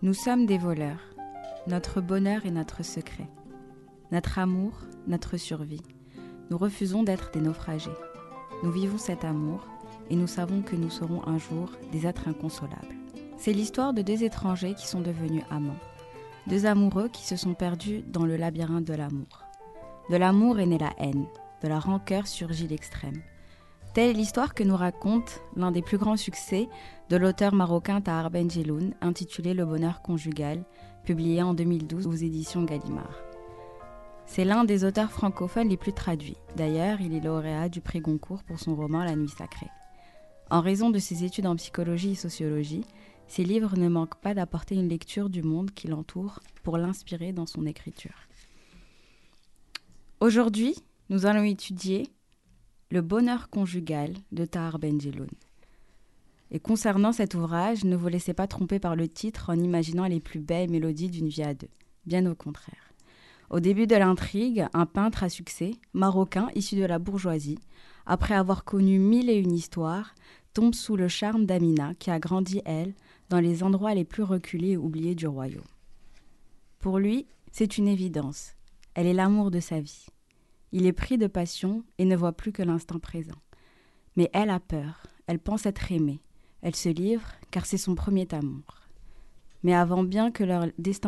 Nous sommes des voleurs. Notre bonheur est notre secret. Notre amour, notre survie. Nous refusons d'être des naufragés. Nous vivons cet amour et nous savons que nous serons un jour des êtres inconsolables. C'est l'histoire de deux étrangers qui sont devenus amants. Deux amoureux qui se sont perdus dans le labyrinthe de l'amour. De l'amour est née la haine, de la rancœur surgit l'extrême. Telle est l'histoire que nous raconte l'un des plus grands succès de l'auteur marocain Tahar Ben Jelloun, intitulé Le bonheur conjugal, publié en 2012 aux éditions Gallimard. C'est l'un des auteurs francophones les plus traduits. D'ailleurs, il est lauréat du prix Goncourt pour son roman La nuit sacrée. En raison de ses études en psychologie et sociologie, ses livres ne manquent pas d'apporter une lecture du monde qui l'entoure pour l'inspirer dans son écriture. Aujourd'hui, nous allons étudier Le bonheur conjugal de Tahar Ben Jelloun. Et concernant cet ouvrage, ne vous laissez pas tromper par le titre en imaginant les plus belles mélodies d'une vie à deux. Bien au contraire. Au début de l'intrigue, un peintre à succès, marocain issu de la bourgeoisie, après avoir connu 1001 histoires, tombe sous le charme d'Amina, qui a grandi, elle, dans les endroits les plus reculés et oubliés du royaume. Pour lui, c'est une évidence. Elle est l'amour de sa vie. Il est pris de passion et ne voit plus que l'instant présent. Mais elle a peur, elle pense être aimée. Elle se livre car c'est son premier amour. Mais bien avant que leur destin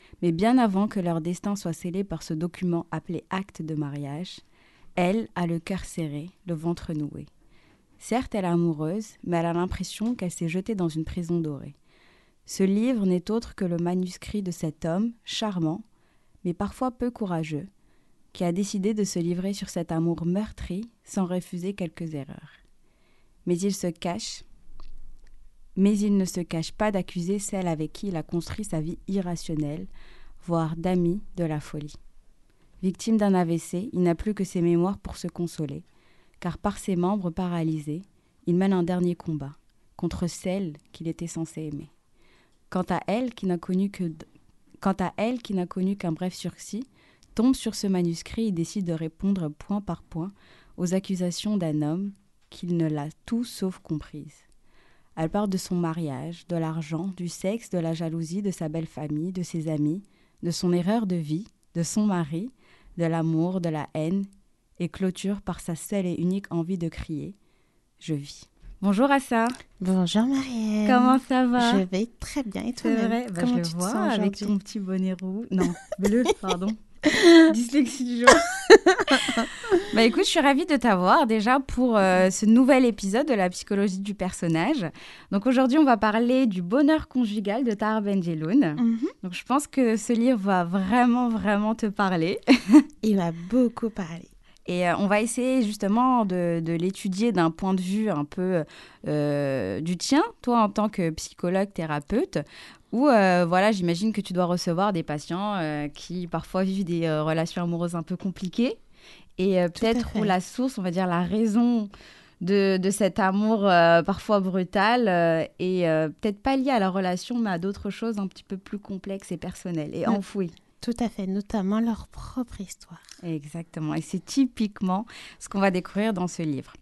soit scellé par ce document appelé acte de mariage, elle a le cœur serré, le ventre noué. Certes, elle est amoureuse, mais elle a l'impression qu'elle s'est jetée dans une prison dorée. Ce livre n'est autre que le manuscrit de cet homme, charmant, mais parfois peu courageux, qui a décidé de se livrer sur cet amour meurtri sans refuser quelques erreurs. Mais il ne se cache pas d'accuser celle avec qui il a construit sa vie irrationnelle, voire d'amie de la folie. Victime d'un AVC, il n'a plus que ses mémoires pour se consoler, car par ses membres paralysés, il mène un dernier combat contre celle qu'il était censé aimer. Quant à elle, qui n'a connu qu'un bref sursis, tombe sur ce manuscrit et décide de répondre point par point aux accusations d'un homme qu'il ne l'a tout sauf comprise. Elle parle de son mariage, de l'argent, du sexe, de la jalousie, de sa belle famille, de ses amis, de son erreur de vie, de son mari, de l'amour, de la haine, et clôture par sa seule et unique envie de crier « Je vis ». Bonjour Assa. Bonjour Marianne. Comment ça va? Je vais très bien et toi-même? C'est vrai, Comment je tu le te vois sens avec aujourd'hui? ton petit bonnet roux. Non, bleu, pardon. Dyslexie du jour. Écoute, je suis ravie de t'avoir déjà pour ce nouvel épisode de la psychologie du personnage. Donc aujourd'hui, on va parler du bonheur conjugal de Tahar Ben Jelloun. Donc je pense que ce livre va vraiment te parler. Il m'a beaucoup parlé. Et on va essayer justement de l'étudier d'un point de vue un peu du tien, toi en tant que psychologue, thérapeute, où j'imagine que tu dois recevoir des patients qui parfois vivent des relations amoureuses un peu compliquées et peut-être où la source, on va dire la raison de cet amour parfois brutal est peut-être pas liée à la relation mais à d'autres choses un petit peu plus complexes et personnelles et enfouies. Tout à fait, notamment leur propre histoire. Exactement, et c'est typiquement ce qu'on va découvrir dans ce livre.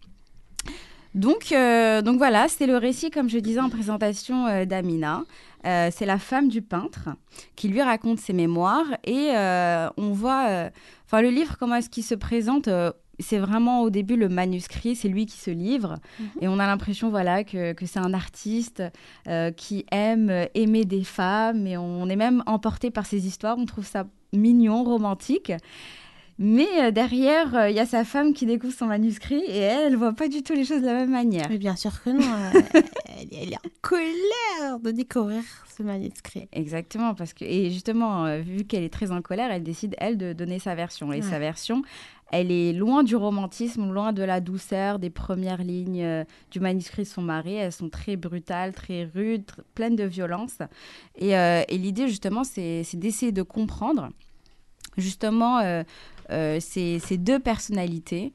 Donc voilà, c'est le récit, comme je disais en présentation, d'Amina. C'est la femme du peintre qui lui raconte ses mémoires et on voit, le livre, comment est-ce qu'il se présente c'est vraiment au début le manuscrit, c'est lui qui se livre et on a l'impression que c'est un artiste qui aime aimer des femmes et on est même emporté par ses histoires, on trouve ça mignon, romantique. Mais derrière, il y a sa femme qui découvre son manuscrit et elle ne voit pas du tout les choses de la même manière. Mais bien sûr que non, elle est en colère de découvrir ce manuscrit. Exactement, et justement, vu qu'elle est très en colère, elle décide, elle, de donner sa version. Et sa version, elle est loin du romantisme, loin de la douceur des premières lignes du manuscrit de son mari. Elles sont très brutales, très rudes, pleines de violence. Et l'idée, justement, c'est d'essayer de comprendre, justement, ces deux personnalités,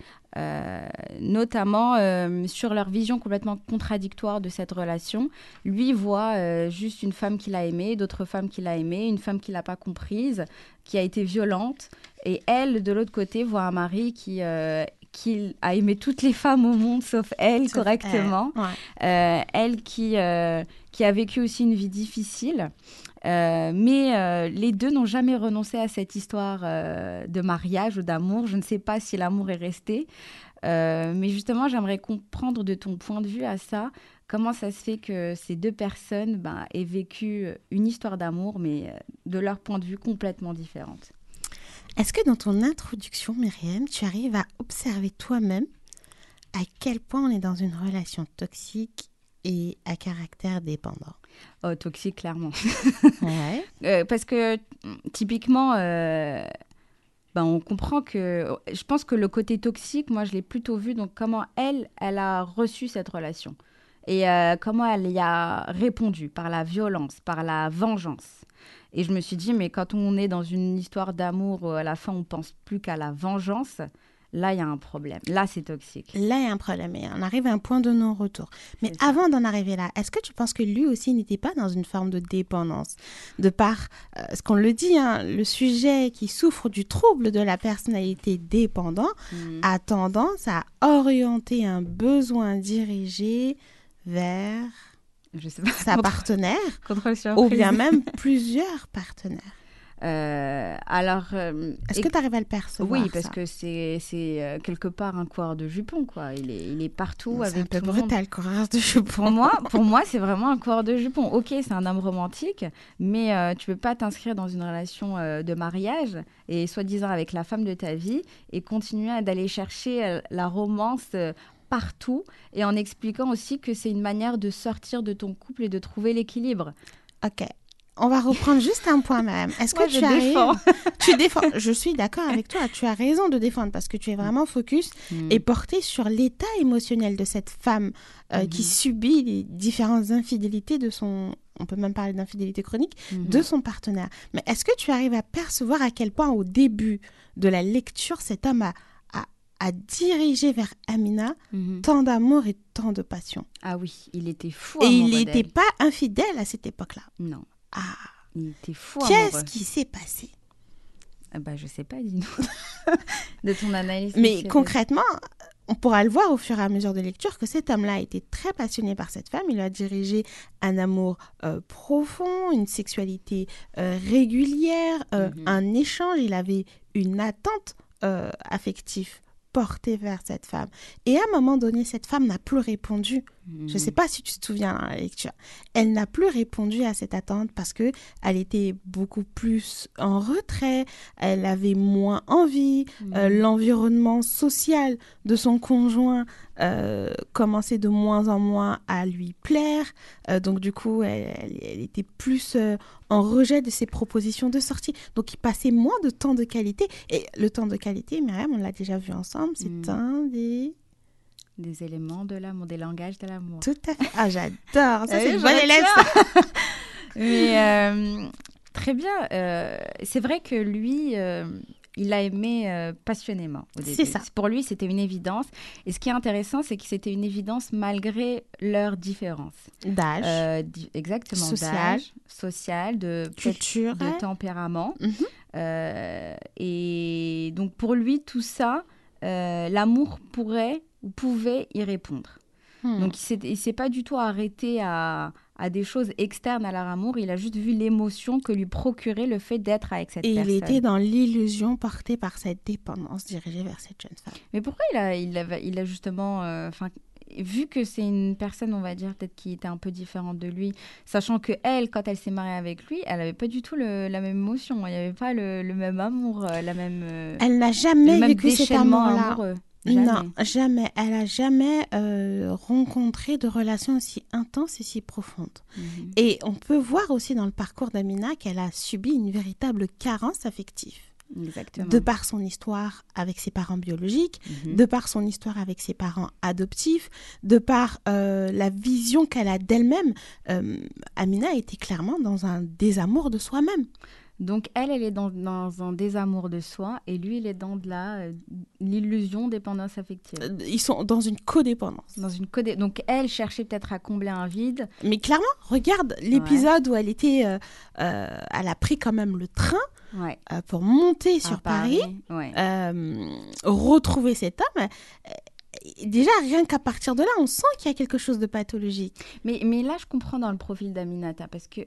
notamment sur leur vision complètement contradictoire de cette relation. Lui voit juste une femme qu'il a aimée, d'autres femmes qu'il a aimées, une femme qu'il n'a pas comprise, qui a été violente. Et elle, de l'autre côté, voit un mari qui qu'il a aimé toutes les femmes au monde sauf elle correctement. Elle qui a vécu aussi une vie difficile. Mais les deux n'ont jamais renoncé à cette histoire de mariage ou d'amour. Je ne sais pas si l'amour est resté. Mais justement, j'aimerais comprendre de ton point de vue à ça, comment ça se fait que ces deux personnes aient vécu une histoire d'amour, mais de leur point de vue complètement différente. Est-ce que dans ton introduction, Myriam, tu arrives à observer toi-même à quel point on est dans une relation toxique et à caractère dépendant? Oh, toxique, clairement. Ouais. Parce que, typiquement, on comprend que... Je pense que le côté toxique, moi, je l'ai plutôt vu, donc comment elle a reçu cette relation. Et comment elle y a répondu, par la violence, par la vengeance. Et je me suis dit, mais quand on est dans une histoire d'amour, à la fin, on pense plus qu'à la vengeance, là, il y a un problème. Là, c'est toxique. Là, il y a un problème et on arrive à un point de non-retour. Mais avant d'en arriver là, est-ce que tu penses que lui aussi n'était pas dans une forme de dépendance? De par ce qu'on le dit, le sujet qui souffre du trouble de la personnalité dépendant a tendance à orienter un besoin dirigé vers sa partenaire ou bien même plusieurs partenaires. Est-ce que tu arrives à le percevoir? Oui, parce que c'est quelque part un coureur de jupons, quoi. Il est partout avec tout le monde. C'est un peu brutal, coureur de jupons. Pour moi, c'est vraiment un coureur de jupons. Ok, c'est un homme romantique, mais tu peux pas t'inscrire dans une relation de mariage et soi-disant avec la femme de ta vie et continuer d'aller chercher la romance partout et en expliquant aussi que c'est une manière de sortir de ton couple et de trouver l'équilibre. Ok. On va reprendre juste un point, même. Est-ce que tu arrives... Tu défends. Je suis d'accord avec toi. Tu as raison de défendre parce que tu es vraiment focus et porté sur l'état émotionnel de cette femme qui subit les différentes infidélités de son... On peut même parler d'infidélité chronique, de son partenaire. Mais est-ce que tu arrives à percevoir à quel point, au début de la lecture, cet homme a dirigé vers Amina tant d'amour et tant de passion? Ah oui, il était fou. Et il n'était pas infidèle à cette époque-là. Non. Ah, il était fou. Qu'est-ce qui s'est passé? Je sais pas, dis-nous. De ton analyse. Mais concrètement, on pourra le voir au fur et à mesure de lecture que cet homme-là a été très passionné par cette femme. Il a dirigé un amour profond, une sexualité régulière, un échange. Il avait une attente affective portée vers cette femme. Et à un moment donné, cette femme n'a plus répondu. Je ne sais pas si tu te souviens dans la lecture. Elle n'a plus répondu à cette attente parce qu'elle était beaucoup plus en retrait, elle avait moins envie, l'environnement social de son conjoint commençait de moins en moins à lui plaire. Donc du coup, elle était plus en rejet de ses propositions de sortie. Donc il passait moins de temps de qualité. Et le temps de qualité, Myriam, on l'a déjà vu ensemble, c'est un des éléments de l'amour, des langages de l'amour. Tout à fait. Ah, j'adore. Ça, c'est une bonne élève, ça. Mais très bien. C'est vrai que lui, il a aimé passionnément au début. C'est ça. Pour lui, c'était une évidence. Et ce qui est intéressant, c'est que c'était une évidence malgré leurs différences. D'âge. Exactement. Social. D'âge, social, de culture, de tempérament. Et donc, pour lui, tout ça, l'amour pourrait ou pouvait y répondre. Donc, il ne s'est pas du tout arrêté à des choses externes à leur amour. Il a juste vu l'émotion que lui procurait le fait d'être avec cette personne. Et il était dans l'illusion portée par cette dépendance dirigée vers cette jeune femme. Mais pourquoi il a justement... vu que c'est une personne, on va dire, peut-être qui était un peu différente de lui, sachant que elle, quand elle s'est mariée avec lui, elle n'avait pas du tout la même émotion. Il n'y avait pas le même amour, la même... Elle n'a jamais vécu cet amour-là. Amoureux. Jamais. Non, jamais. Elle n'a jamais rencontré de relation aussi intense et si profonde. Et on peut voir aussi dans le parcours d'Amina qu'elle a subi une véritable carence affective. Exactement. De par son histoire avec ses parents biologiques, de par son histoire avec ses parents adoptifs, de par la vision qu'elle a d'elle-même. Amina était clairement dans un désamour de soi-même. Donc, elle est dans un désamour de soi et lui, il est dans l'illusion dépendance affective. Ils sont dans une codépendance. Donc, elle cherchait peut-être à combler un vide. Mais clairement, regarde l'épisode où elle était... elle a pris quand même le train pour monter sur Paris, retrouver cet homme. Déjà, rien qu'à partir de là, on sent qu'il y a quelque chose de pathologique. Mais là, je comprends dans le profil d'Amina, parce que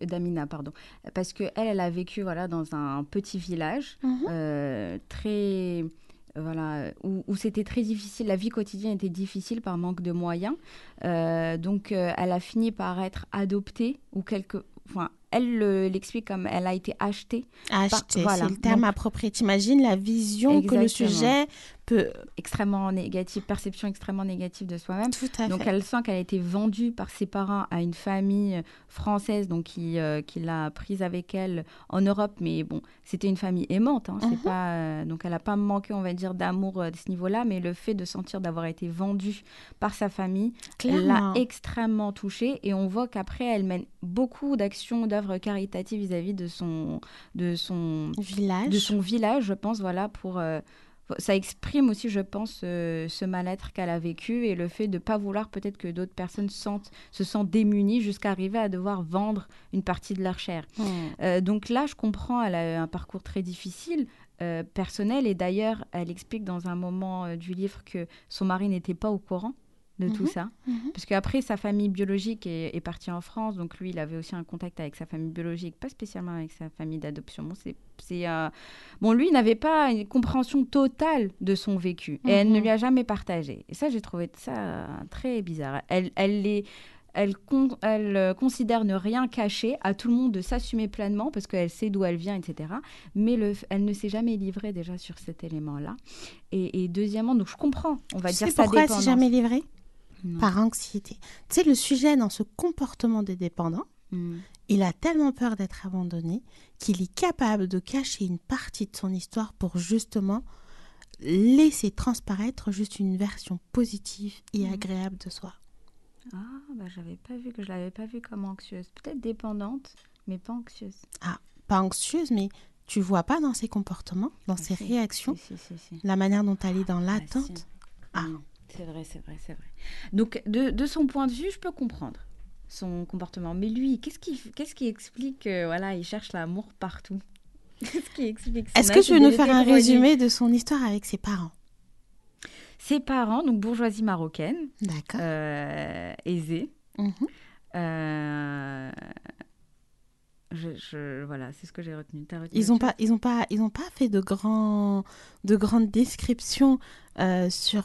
elle a vécu dans un petit village très... Voilà, où c'était très difficile, la vie quotidienne était difficile par manque de moyens. Donc, elle a fini par être adoptée ou elle l'explique comme elle a été achetée. C'est le terme approprié. T'imagines la vision que le sujet peut... Extrêmement négative, perception extrêmement négative de soi-même. Tout à fait. Donc, elle sent qu'elle a été vendue par ses parents à une famille française donc qui l'a prise avec elle en Europe. Mais bon, c'était une famille aimante. Hein, c'est pas, donc, elle n'a pas manqué, on va dire, d'amour de ce niveau-là. Mais le fait de sentir d'avoir été vendue par sa famille l'a extrêmement touchée. Et on voit qu'après, elle mène beaucoup d'actions, d'œuvres caritatives vis-à-vis de son village, je pense, pour... ça exprime aussi, je pense, ce mal-être qu'elle a vécu et le fait de ne pas vouloir peut-être que d'autres personnes se sentent démunies jusqu'à arriver à devoir vendre une partie de leur chair. Donc là, je comprends, elle a eu un parcours très difficile, personnel, et d'ailleurs, elle explique dans un moment du livre que son mari n'était pas au courant de tout ça. Parce qu'après, sa famille biologique est partie en France. Donc, lui, il avait aussi un contact avec sa famille biologique, pas spécialement avec sa famille d'adoption. Bon, lui, il n'avait pas une compréhension totale de son vécu. Et elle ne lui a jamais partagé. Et ça, j'ai trouvé ça très bizarre. Elle considère ne rien cacher, à tout le monde de s'assumer pleinement parce qu'elle sait d'où elle vient, etc. Mais elle ne s'est jamais livrée déjà sur cet élément-là. Et deuxièmement, donc je comprends, on va dire sa dépendance. Pourquoi elle ne s'est jamais livrée ? Par anxiété. Tu sais, le sujet dans ce comportement des dépendants, il a tellement peur d'être abandonné qu'il est capable de cacher une partie de son histoire pour justement laisser transparaître juste une version positive et agréable de soi. Ah, je l'avais pas vue comme anxieuse. Peut-être dépendante, mais pas anxieuse. Ah, pas anxieuse, mais tu vois pas dans ses comportements, dans ses réactions, la manière dont elle est dans l'attente. C'est vrai. Donc, de son point de vue, je peux comprendre son comportement. Mais lui, qu'est-ce qui explique il cherche l'amour partout? Qu'est-ce qui explique ça? Est-ce que tu veux nous faire un résumé de son histoire avec ses parents? Ses parents, donc bourgeoisie marocaine. D'accord. Aisée. Voilà, c'est ce que j'ai retenu. Ils ont pas fait de grandes descriptions sur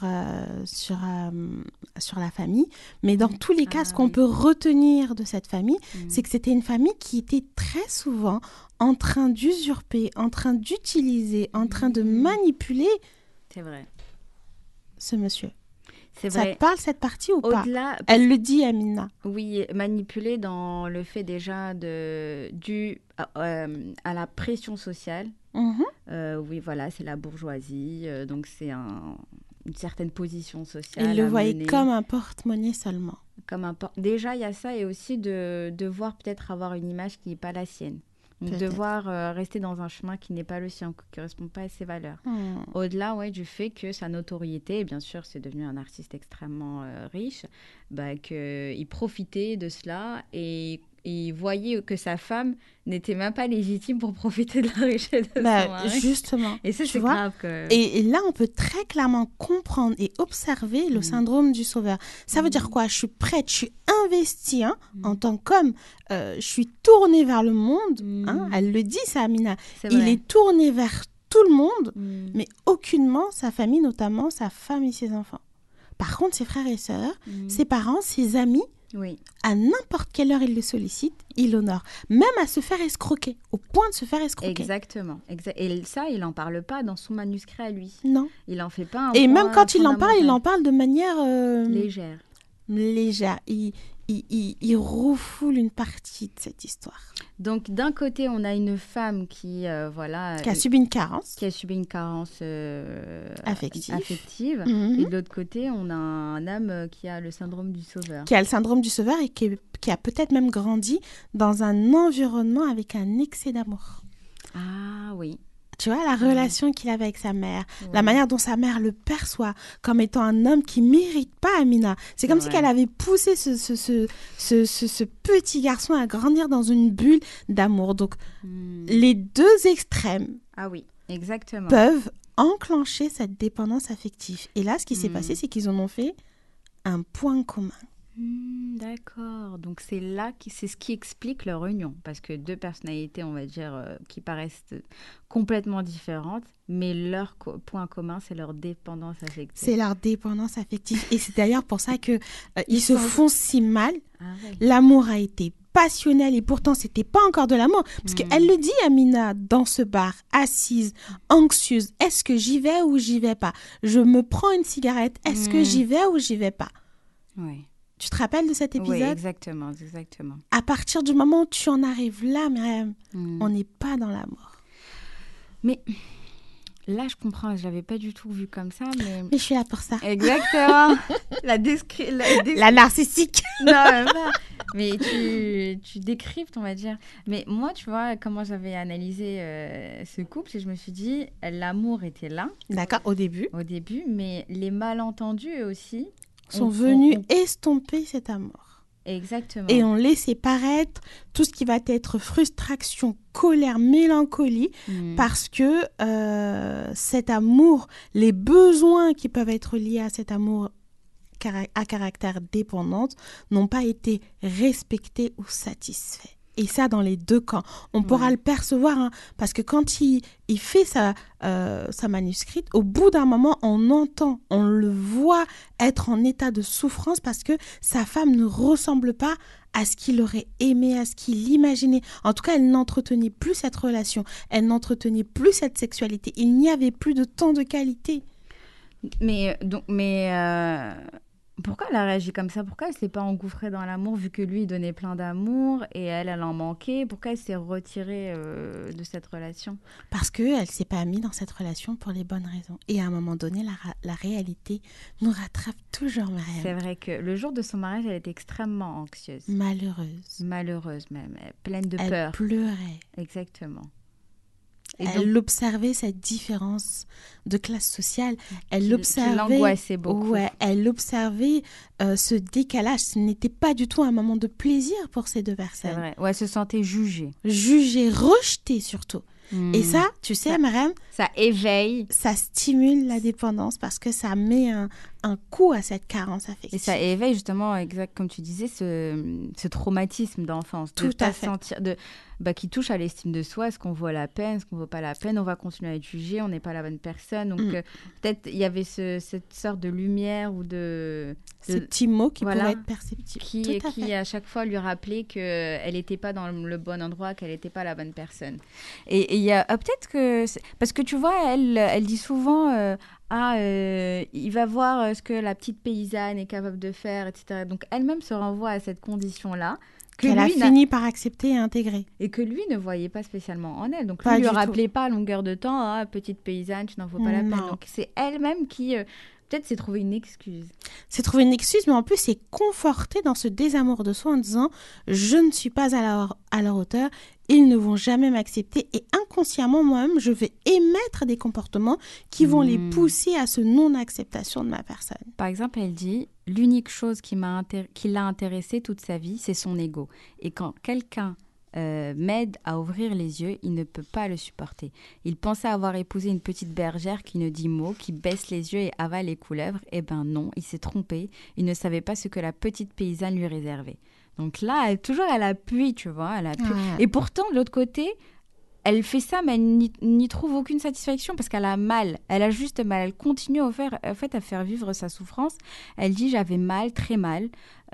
la famille, mais dans tous les cas, ce qu'on peut retenir de cette famille, c'est que c'était une famille qui était très souvent en train d'usurper, en train d'utiliser, en train de manipuler. C'est vrai. Ce monsieur. C'est ça vrai. te parle cette partie ou pas? Elle le dit, Amina. Oui, manipulée dans le fait déjà dû à la pression sociale. Oui, voilà, c'est la bourgeoisie, donc c'est une certaine position sociale. Il le voyait comme un porte-monnaie seulement. Déjà, il y a ça, et aussi de devoir peut-être avoir une image qui n'est pas la sienne. Donc, devoir rester dans un chemin qui n'est pas le sien, qui ne correspond pas à ses valeurs. Au-delà du fait que sa notoriété, et bien sûr, c'est devenu un artiste extrêmement riche, qu'il profitait de cela et il voyait que sa femme n'était même pas légitime pour profiter de la richesse de son mari. Justement. Et ça, c'est grave. Et là, on peut très clairement comprendre et observer le syndrome du sauveur. Ça veut dire quoi? Je suis prête, je suis investie en tant qu'homme. Je suis tournée vers le monde. Elle le dit, ça, Amina. Il est tourné vers tout le monde, mais aucunement sa famille, notamment sa femme et ses enfants. Par contre, ses frères et sœurs, ses parents, ses amis, à n'importe quelle heure il le sollicite, il l'honore. Même à se faire escroquer, au point de se faire escroquer. Exactement. Et ça, il n'en parle pas dans son manuscrit à lui. Non. Il n'en fait pas un Et même quand il en parle de manière... légère. Il refoule une partie de cette histoire. Donc, d'un côté, on a une femme qui a subi une carence. Qui a subi une carence affective. Et de l'autre côté, on a un homme qui a le syndrome du sauveur. Qui a le syndrome du sauveur et qui a peut-être même grandi dans un environnement avec un excès d'amour. Ah oui. Tu vois, la relation qu'il avait avec sa mère, la Ouais. manière dont sa mère le perçoit comme étant un homme qui mérite pas Amina. C'est comme si Ouais. qu'elle avait poussé ce petit garçon à grandir dans une bulle d'amour. Donc, les deux extrêmes Ah oui, exactement. peuvent enclencher cette dépendance affective. Et là, ce qui s'est passé, c'est qu'ils en ont fait un point commun. D'accord. Donc c'est ce qui explique leur union, parce que deux personnalités, on va dire, qui paraissent complètement différentes, mais leur point commun, c'est leur dépendance affective. C'est leur dépendance affective. Et c'est d'ailleurs pour ça que ils se sont- font si mal. Ah ouais. L'amour a été passionnel et pourtant c'était pas encore de l'amour parce qu'elle le dit, Amina, dans ce bar, assise, anxieuse. Est-ce que j'y vais ou j'y vais pas? Je me prends une cigarette. Est-ce que j'y vais ou j'y vais pas? Oui. Tu te rappelles de cet épisode? Oui, exactement. À partir du moment où tu en arrives là, Myriam, on n'est pas dans l'amour. Mais là, je comprends. Je l'avais pas du tout vu comme ça, mais je suis là pour ça. Exactement. La narcissique. Non, même pas. Mais tu décryptes, on va dire. Mais moi, tu vois, comment j'avais analysé ce couple, et je me suis dit, l'amour était là. D'accord, au début. Mais les malentendus aussi sont venus estomper cet amour. Exactement. Et ont laissé paraître tout ce qui va être frustration, colère, mélancolie, parce que cet amour, les besoins qui peuvent être liés à cet amour à caractère dépendante n'ont pas été respectés ou satisfaits. Et ça, dans les deux camps. On pourra le percevoir, hein, parce que quand il fait sa manuscrite, au bout d'un moment, on entend, on le voit être en état de souffrance parce que sa femme ne ressemble pas à ce qu'il aurait aimé, à ce qu'il imaginait. En tout cas, elle n'entretenait plus cette relation, elle n'entretenait plus cette sexualité. Il n'y avait plus de temps de qualité. Pourquoi elle a réagi comme ça? Pourquoi elle ne s'est pas engouffrée dans l'amour, vu que lui, il donnait plein d'amour et elle en manquait? Pourquoi elle s'est retirée de cette relation? Parce qu'elle ne s'est pas mise dans cette relation pour les bonnes raisons. Et à un moment donné, la réalité nous rattrape toujours, Myriam. C'est vrai que le jour de son mariage, elle était extrêmement anxieuse. Malheureuse même, pleine de peur. Elle pleurait. Exactement. Elle observait cette différence de classe sociale. Elle qui l'angoissait beaucoup. Ouais, elle observait ce décalage. Ce n'était pas du tout un moment de plaisir pour ces deux personnes. C'est vrai. Ouais, elle se sentait jugée. Jugée, rejetée surtout. Et ça, tu sais, Myriam, ça éveille. Ça stimule la dépendance parce que ça met un coup à cette carence affective. Et ça éveille justement, exact comme tu disais, ce traumatisme d'enfance. Tout à fait. Qui touche à l'estime de soi. Est-ce qu'on vaut la peine? Est-ce qu'on ne vaut pas la peine? On va continuer à être jugé. On n'est pas la bonne personne. Donc peut-être il y avait cette sorte de lumière ou ces petits mots qui pouvaient être perceptibles. Qui à chaque fois lui rappelait qu'elle n'était pas dans le bon endroit, qu'elle n'était pas la bonne personne. Et il y a peut-être que... Parce que tu vois, elle dit souvent... il va voir ce que la petite paysanne est capable de faire, etc. Donc, elle-même se renvoie à cette condition-là. Qu'elle a fini par accepter et intégrer. Et que lui ne voyait pas spécialement en elle. Donc, lui ne lui rappelait pas à longueur de temps, petite paysanne, tu n'en vaux pas la peine. Donc, c'est elle-même qui... peut-être s'est trouvé une excuse. C'est trouvé une excuse, mais en plus, c'est conforté dans ce désamour de soi en disant « Je ne suis pas à leur hauteur, ils ne vont jamais m'accepter. » Et inconsciemment, moi-même, je vais émettre des comportements qui vont les pousser à ce non-acceptation de ma personne. Par exemple, elle dit « L'unique chose qui l'a intéressée toute sa vie, c'est son ego. Et quand quelqu'un... m'aide à ouvrir les yeux, il ne peut pas le supporter. Il pensait avoir épousé une petite bergère qui ne dit mot, qui baisse les yeux et avale les couleuvres. Eh ben non, il s'est trompé. Il ne savait pas ce que la petite paysanne lui réservait. » Donc là, elle appuie, tu vois. Elle appuie. Et pourtant, de l'autre côté, elle fait ça, mais elle n'y trouve aucune satisfaction parce qu'elle a mal. Elle a juste mal. Elle continue à faire vivre sa souffrance. Elle dit « J'avais mal, très mal. »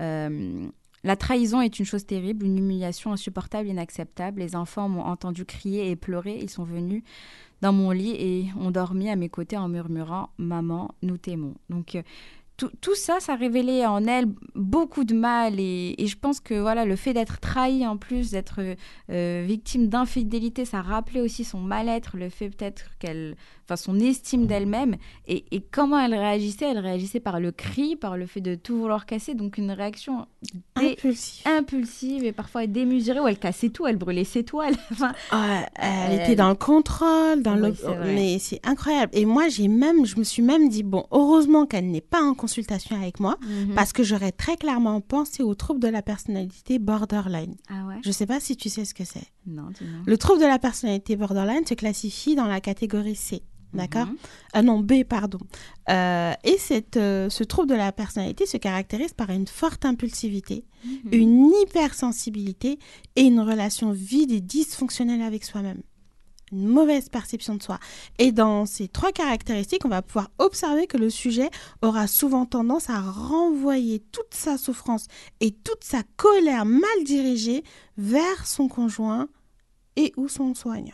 La trahison est une chose terrible, une humiliation insupportable, inacceptable. Les enfants m'ont entendu crier et pleurer. Ils sont venus dans mon lit et ont dormi à mes côtés en murmurant « Maman, nous t'aimons ». Donc, tout ça, ça révélait en elle beaucoup de mal. Et je pense que voilà, le fait d'être trahie en plus, d'être victime d'infidélité, ça rappelait aussi son mal-être, le fait peut-être son estime d'elle-même. Et comment elle réagissait par le cri, par le fait de tout vouloir casser. Donc une réaction impulsive et parfois démesurée, où elle cassait tout, elle brûlait ses toiles. Elle était dans le contrôle, mais c'est incroyable. Et moi, je me suis même dit, bon, heureusement qu'elle n'est pas en consultation avec moi, parce que j'aurais très clairement pensé au trouble de la personnalité borderline. Ah ouais? Je ne sais pas si tu sais ce que c'est. Non, dis-moi. Le trouble de la personnalité borderline se classifie dans la catégorie C. D'accord? Non, B, pardon. Et ce trouble de la personnalité se caractérise par une forte impulsivité, une hypersensibilité et une relation vide et dysfonctionnelle avec soi-même. Une mauvaise perception de soi. Et dans ces 3 caractéristiques, on va pouvoir observer que le sujet aura souvent tendance à renvoyer toute sa souffrance et toute sa colère mal dirigée vers son conjoint et ou son soignant.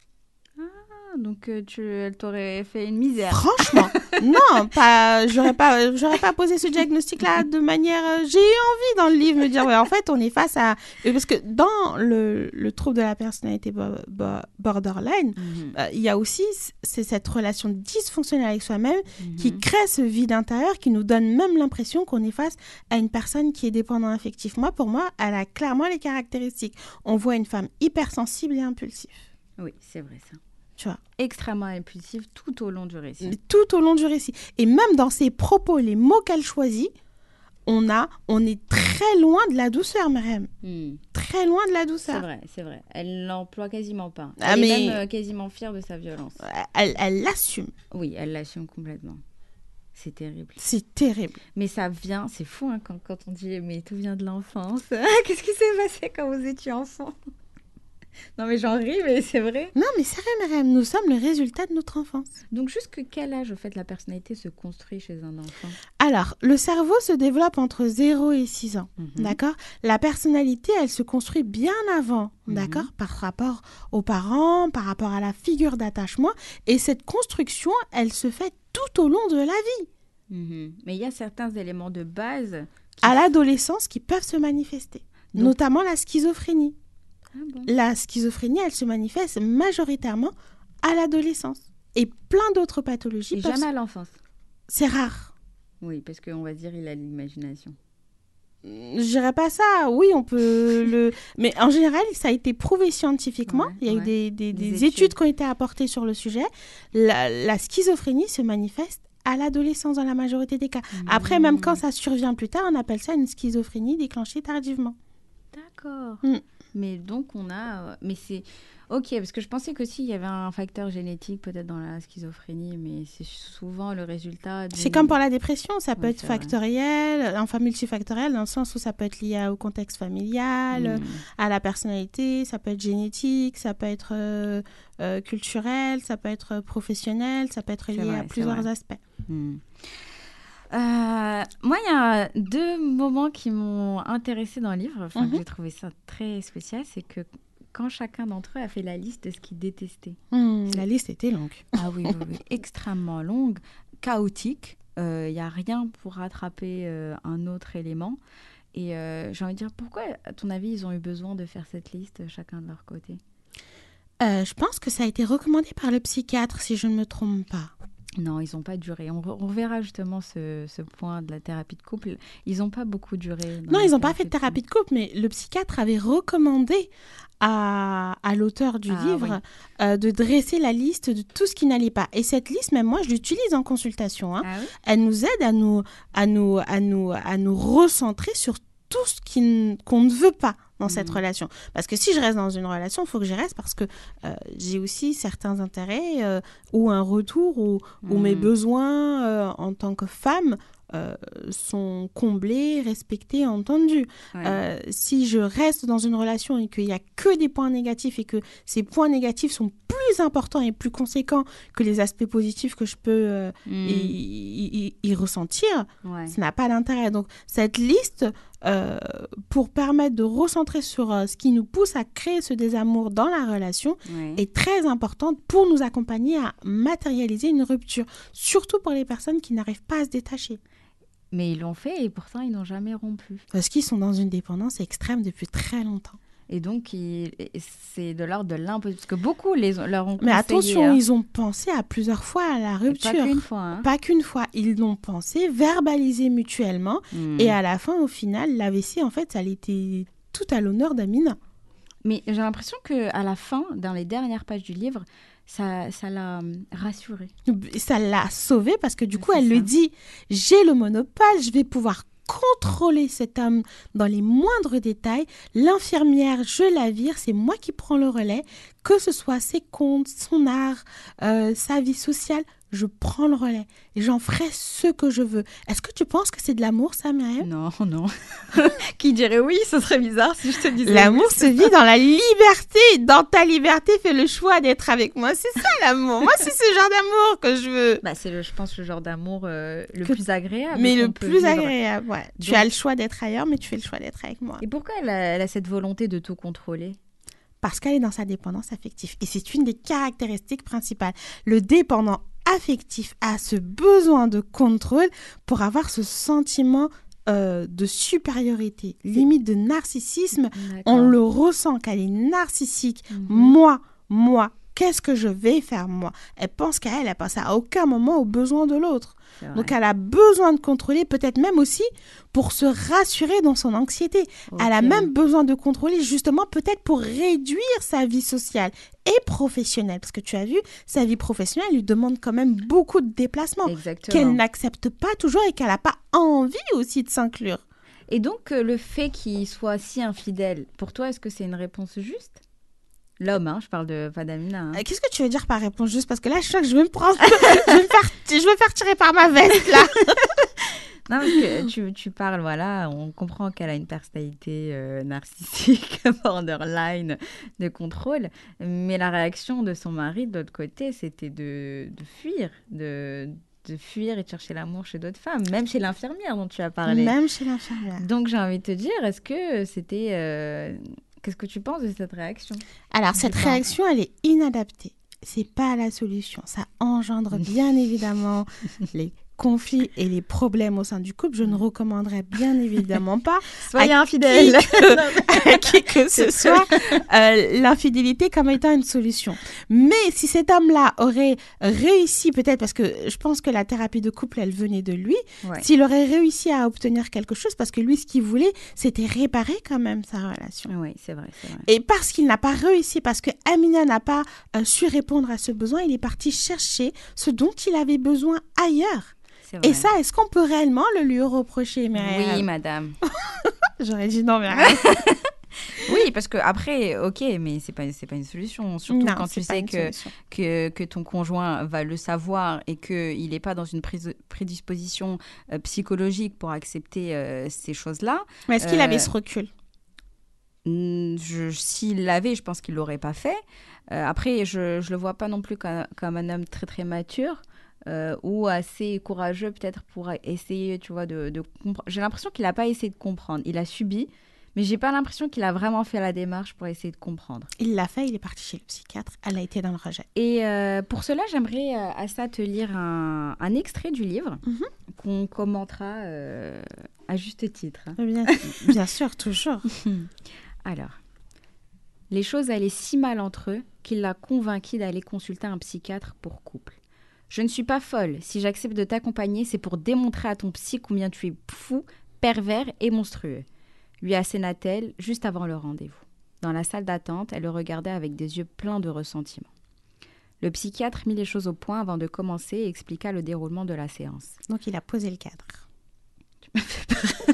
Donc elle t'aurait fait une misère. Franchement, non, j'aurais pas posé ce diagnostic-là de manière. J'ai eu envie dans le livre de me dire, ouais, en fait, on est face à. Parce que dans le trouble de la personnalité borderline, il y a aussi cette relation dysfonctionnelle avec soi-même qui crée ce vide intérieur qui nous donne même l'impression qu'on est face à une personne qui est dépendante affective. Pour moi, elle a clairement les caractéristiques. On voit une femme hypersensible et impulsive. Oui, c'est vrai ça. Tu vois. Extrêmement impulsive tout au long du récit. Tout au long du récit. Et même dans ses propos, les mots qu'elle choisit, on est très loin de la douceur, Myriam. Très loin de la douceur. C'est vrai. Elle l'emploie quasiment pas. Elle est même quasiment fière de sa violence. Elle l'assume. Oui, elle l'assume complètement. C'est terrible. C'est terrible. Mais ça vient, c'est fou hein, quand on dit « mais tout vient de l'enfance ». Qu'est-ce qui s'est passé quand vous étiez enfant ? Non mais j'en ris, mais c'est vrai. Non mais c'est vrai, Myriam, nous sommes le résultat de notre enfance. Donc jusqu'à quel âge, au fait, la personnalité se construit chez un enfant ? Alors, le cerveau se développe entre 0 et 6 ans, d'accord ? La personnalité, elle se construit bien avant, d'accord ? Par rapport aux parents, par rapport à la figure d'attachement. Et cette construction, elle se fait tout au long de la vie. Mais il y a certains éléments de base à l'adolescence qui peuvent se manifester, notamment la schizophrénie. Ah bon. La schizophrénie, elle se manifeste majoritairement à l'adolescence. Et plein d'autres pathologies. Et jamais à l'enfance. C'est rare. Oui, parce qu'on va dire il a l'imagination. Je dirais pas ça. Oui, on peut le... Mais en général, ça a été prouvé scientifiquement. Il y a eu des études qui ont été apportées sur le sujet. La schizophrénie se manifeste à l'adolescence dans la majorité des cas. Après, même quand ça survient plus tard, on appelle ça une schizophrénie déclenchée tardivement. D'accord. Mais donc on a... mais c'est... Ok, parce que je pensais qu'aussi il y avait un facteur génétique peut-être dans la schizophrénie, mais c'est souvent le résultat... C'est comme pour la dépression, ça peut être factoriel, enfin multifactoriel, dans le sens où ça peut être lié au contexte familial, à la personnalité, ça peut être génétique, ça peut être culturel, ça peut être professionnel, ça peut être lié à plusieurs aspects. Moi, il y a 2 moments qui m'ont intéressée dans le livre, que j'ai trouvé ça très spécial, c'est que quand chacun d'entre eux a fait la liste de ce qu'il détestait. La liste était longue. Ah oui, extrêmement longue, chaotique. Il n'y a rien pour rattraper un autre élément. Et j'ai envie de dire, pourquoi, à ton avis, ils ont eu besoin de faire cette liste, chacun de leur côté ? Je pense que ça a été recommandé par le psychiatre, si je ne me trompe pas. Non, ils n'ont pas duré. On reverra justement ce point de la thérapie de couple. Ils n'ont pas beaucoup duré. Non, ils n'ont pas fait de thérapie de couple, mais le psychiatre avait recommandé à l'auteur du livre de dresser la liste de tout ce qui n'allait pas. Et cette liste, même moi, je l'utilise en consultation. Hein. Elle nous aide à nous recentrer sur tout ce qu'on ne veut pas dans cette relation. Parce que si je reste dans une relation, il faut que j'y reste parce que j'ai aussi certains intérêts ou un retour où mes besoins en tant que femme sont comblés, respectés, entendus. Si je reste dans une relation et qu'il n'y a que des points négatifs et que ces points négatifs sont plus importants et plus conséquents que les aspects positifs que je peux y ressentir, ça n'a pas d'intérêt. Donc, cette liste, pour permettre de recentrer sur ce qui nous pousse à créer ce désamour dans la relation, est très importante pour nous accompagner à matérialiser une rupture, surtout pour les personnes qui n'arrivent pas à se détacher. Mais ils l'ont fait et pourtant ils n'ont jamais rompu. Parce qu'ils sont dans une dépendance extrême depuis très longtemps. Et donc, c'est de l'ordre de l'impossible. Parce que beaucoup leur ont conseillé. Mais attention, ils ont pensé à plusieurs fois à la rupture. Pas qu'une fois. Pas qu'une fois. Ils l'ont pensé, verbalisé mutuellement. Et à la fin, au final, l'AVC, en fait, ça était tout à l'honneur d'Amina. Mais j'ai l'impression qu'à la fin, dans les dernières pages du livre, ça l'a rassurée. Ça l'a sauvée parce que du coup, elle le dit, j'ai le monopole, je vais pouvoir contrôler cette homme dans les moindres détails. L'infirmière, je la vire, c'est moi qui prends le relais, que ce soit ses comptes, son art, sa vie sociale, je prends le relais et j'en ferai ce que je veux. Est-ce que tu penses que c'est de l'amour, ça, Myriam ? Non. Qui dirait oui, ce serait bizarre si je te disais. L'amour se vit dans la liberté. Dans ta liberté, fais le choix d'être avec moi. C'est ça l'amour. Moi, c'est ce genre d'amour que je veux. Je pense, le genre d'amour le plus agréable. Mais le plus agréable, ouais. Donc, tu as le choix d'être ailleurs, mais tu fais le choix d'être avec moi. Et pourquoi elle a cette volonté de tout contrôler ? Parce qu'elle est dans sa dépendance affective. Et c'est une des caractéristiques principales. Le dépendant affectif a ce besoin de contrôle pour avoir ce sentiment de supériorité, limite de narcissisme. D'accord. On le ressent qu'elle est narcissique. Moi, qu'est-ce que je vais faire moi ? Elle pense qu'elle, elle pense à aucun moment aux besoins de l'autre. Donc elle a besoin de contrôler, peut-être même aussi pour se rassurer dans son anxiété. Okay. Elle a même besoin de contrôler justement peut-être pour réduire sa vie sociale et professionnelle. Parce que tu as vu, sa vie professionnelle lui demande quand même beaucoup de déplacements. Exactement. Qu'elle n'accepte pas toujours et qu'elle n'a pas envie aussi de s'inclure. Et donc le fait qu'il soit si infidèle, pour toi, est-ce que c'est une réponse juste ? L'homme, je parle pas d'Amina. Qu'est-ce que tu veux dire par réponse juste ? Parce que là, je sens que je vais me prendre... je vais me faire tirer par ma veste, là. Non, parce que tu parles, voilà, on comprend qu'elle a une personnalité narcissique, borderline, de contrôle. Mais la réaction de son mari, de l'autre côté, c'était de fuir, de fuir et de chercher l'amour chez d'autres femmes, même chez l'infirmière dont tu as parlé. Même chez l'infirmière. Donc, j'ai envie de te dire, est-ce que c'était... Qu'est-ce que tu penses de cette réaction ? Alors, cette réaction, elle est inadaptée. C'est pas la solution. Ça engendre bien évidemment les conflits et les problèmes au sein du couple. Je ne recommanderais bien évidemment pas soyez infidèle à qui que ce soit l'infidélité comme étant une solution. Mais si cet homme-là aurait réussi, peut-être parce que je pense que la thérapie de couple, elle venait de lui, s'il aurait réussi à obtenir quelque chose, parce que lui, ce qu'il voulait, c'était réparer quand même sa relation. Oui, c'est vrai. Et parce qu'il n'a pas réussi, parce que Amina n'a pas su répondre à ce besoin, il est parti chercher ce dont il avait besoin ailleurs. Et ça, est-ce qu'on peut réellement le lui reprocher, Myriam ? Oui, madame. J'aurais dit non, Myriam. Oui, parce que après, ok, mais c'est pas une solution. Surtout quand tu sais que ton conjoint va le savoir et qu'il n'est pas dans une prédisposition psychologique pour accepter ces choses-là. Mais est-ce qu'il avait ce recul ? S'il l'avait, je pense qu'il l'aurait pas fait. Après, je le vois pas non plus comme un homme très très mature. Ou assez courageux peut-être pour essayer, tu vois, de comprendre. J'ai l'impression qu'il n'a pas essayé de comprendre. Il a subi, mais j'ai pas l'impression qu'il a vraiment fait la démarche pour essayer de comprendre. Il l'a fait, il est parti chez le psychiatre. Elle a été dans le rejet. Et pour cela, j'aimerais, Assa, te lire un extrait du livre qu'on commentera à juste titre. Bien sûr, toujours. Alors, les choses allaient si mal entre eux qu'il l'a convaincu d'aller consulter un psychiatre pour couple. Je ne suis pas folle. Si j'accepte de t'accompagner, c'est pour démontrer à ton psy combien tu es fou, pervers et monstrueux. Lui asséna-t-elle juste avant le rendez-vous. Dans la salle d'attente, elle le regardait avec des yeux pleins de ressentiment. Le psychiatre mit les choses au point avant de commencer et expliqua le déroulement de la séance. Donc il a posé le cadre. Tu m'as fait peur.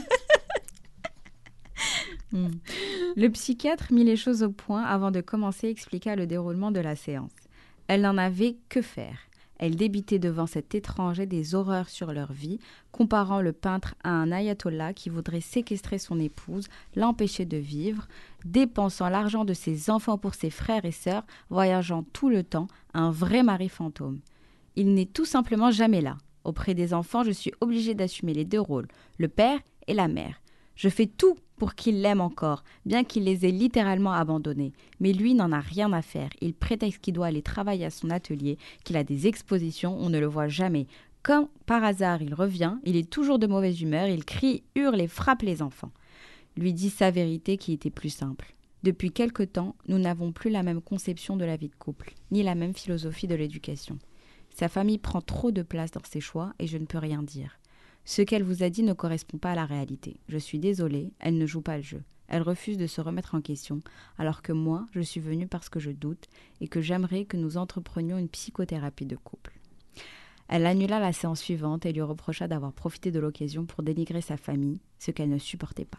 Le psychiatre mit les choses au point avant de commencer et expliqua le déroulement de la séance. Elle n'en avait que faire. Elle débitait devant cet étranger des horreurs sur leur vie, comparant le peintre à un ayatollah qui voudrait séquestrer son épouse, l'empêcher de vivre, dépensant l'argent de ses enfants pour ses frères et sœurs, voyageant tout le temps, un vrai mari fantôme. Il n'est tout simplement jamais là. Auprès des enfants, je suis obligée d'assumer les deux rôles, le père et la mère. Je fais tout pour qu'il l'aime encore, bien qu'il les ait littéralement abandonnés. Mais lui n'en a rien à faire. Il prétexte qu'il doit aller travailler à son atelier, qu'il a des expositions, on ne le voit jamais. quand par hasard il revient, il est toujours de mauvaise humeur, il crie, hurle et frappe les enfants. Lui dit sa vérité qui était plus simple. Depuis quelque temps, nous n'avons plus la même conception de la vie de couple, ni la même philosophie de l'éducation. Sa famille prend trop de place dans ses choix et je ne peux rien dire. Ce qu'elle vous a dit ne correspond pas à la réalité. Je suis désolée, elle ne joue pas le jeu. Elle refuse de se remettre en question, alors que moi, je suis venue parce que je doute et que j'aimerais que nous entreprenions une psychothérapie de couple. Elle annula la séance suivante et lui reprocha d'avoir profité de l'occasion pour dénigrer sa famille, ce qu'elle ne supportait pas.